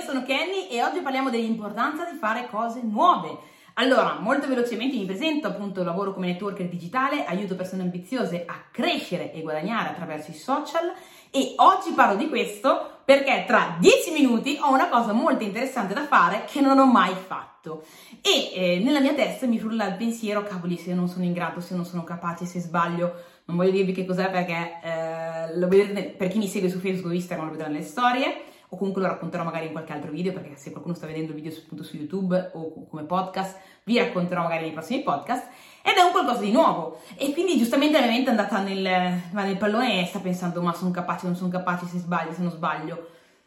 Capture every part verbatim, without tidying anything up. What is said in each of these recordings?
sono Kenny e oggi parliamo dell'importanza di fare cose nuove. Allora, molto velocemente mi presento, appunto lavoro come networker digitale, aiuto persone ambiziose a crescere e guadagnare attraverso i social e oggi parlo di questo perché tra dieci minuti ho una cosa molto interessante da fare che non ho mai fatto e eh, nella mia testa mi frulla il pensiero, cavoli, se non sono in grado, se non sono capace, se sbaglio, non voglio dirvi che cos'è perché eh, lo vedrete, per chi mi segue su Facebook o Instagram lo vedrà nelle storie, o comunque lo racconterò magari in qualche altro video, perché se qualcuno sta vedendo il video su, appunto su YouTube o come podcast, vi racconterò magari nei prossimi podcast, ed è un qualcosa di nuovo. E quindi giustamente la mia mente è andata nel, va nel pallone e sta pensando, ma sono capace, non sono capace, se sbaglio, se non sbaglio.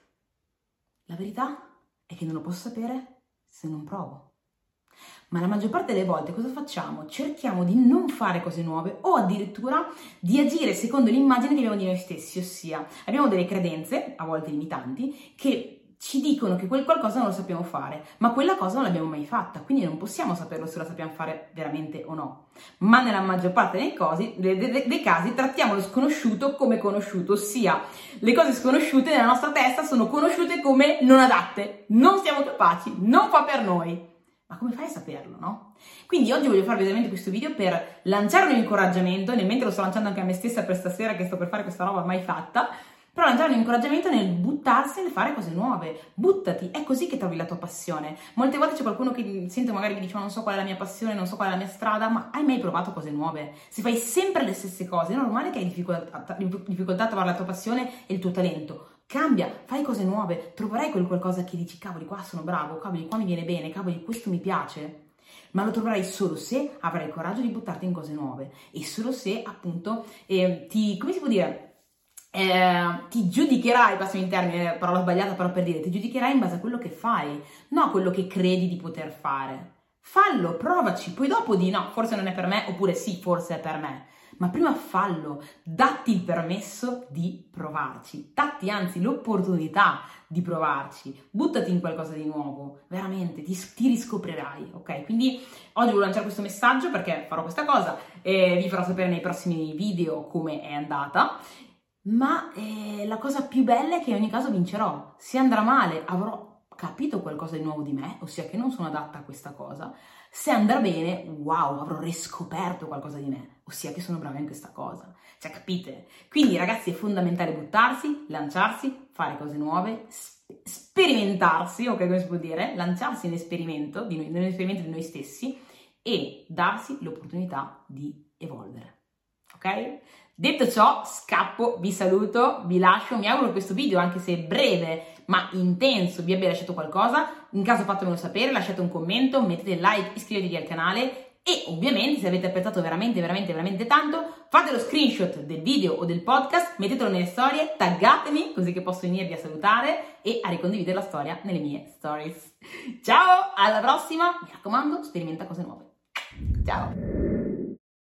La verità è che non lo posso sapere se non provo. Ma la maggior parte delle volte cosa facciamo? Cerchiamo di non fare cose nuove o addirittura di agire secondo l'immagine che abbiamo di noi stessi, ossia abbiamo delle credenze, a volte limitanti, che ci dicono che quel qualcosa non lo sappiamo fare, ma quella cosa non l'abbiamo mai fatta, quindi non possiamo saperlo se la sappiamo fare veramente o no. Ma nella maggior parte dei, cosi, dei, dei, dei casi trattiamo lo sconosciuto come conosciuto, ossia le cose sconosciute nella nostra testa sono conosciute come non adatte, non siamo capaci, non fa per noi. Ma come fai a saperlo, no? Quindi oggi voglio farvi veramente questo video per lanciare un incoraggiamento, e nel mentre lo sto lanciando anche a me stessa per stasera che sto per fare questa roba mai fatta, però lanciare un incoraggiamento nel buttarsi nel fare cose nuove. Buttati, è così che trovi la tua passione. Molte volte c'è qualcuno che sento magari mi dice ma non so qual è la mia passione, non so qual è la mia strada, ma hai mai provato cose nuove? Se fai sempre le stesse cose, è normale che hai difficoltà, difficoltà a trovare la tua passione e il tuo talento. Cambia, fai cose nuove, troverai quel qualcosa che dici cavoli qua sono bravo, cavoli qua mi viene bene, cavoli questo mi piace, ma lo troverai solo se avrai il coraggio di buttarti in cose nuove e solo se appunto eh, ti, come si può dire, eh, ti giudicherai, passami in termine, parola sbagliata però per dire, ti giudicherai in base a quello che fai, non a quello che credi di poter fare. Fallo, provaci, poi dopo di no, forse non è per me, oppure sì, forse è per me. Ma prima fallo, datti il permesso di provarci, datti anzi l'opportunità di provarci, buttati in qualcosa di nuovo, veramente ti, ti riscoprirai, ok? Quindi oggi voglio lanciare questo messaggio perché farò questa cosa e vi farò sapere nei prossimi video come è andata, ma eh, la cosa più bella è che in ogni caso vincerò, se andrà male avrò capito qualcosa di nuovo di me, ossia che non sono adatta a questa cosa. Se andrà bene, wow, avrò riscoperto qualcosa di me, ossia che sono brava in questa cosa. Cioè, capite? Quindi, ragazzi, è fondamentale buttarsi, lanciarsi, fare cose nuove, sp- sperimentarsi, ok, come si può dire? Lanciarsi in esperimento, di noi, nell'esperimento di noi stessi e darsi l'opportunità di evolvere. Ok? Detto ciò, scappo, vi saluto, vi lascio, mi auguro che questo video, anche se breve ma intenso, vi abbia lasciato qualcosa. In caso fatemelo sapere, lasciate un commento, mettete like, iscrivetevi al canale e ovviamente se avete apprezzato veramente, veramente, veramente tanto, fate lo screenshot del video o del podcast, mettetelo nelle storie, taggatemi così che posso venirvi a salutare e a ricondividere la storia nelle mie stories. Ciao, alla prossima, mi raccomando, sperimenta cose nuove. Ciao!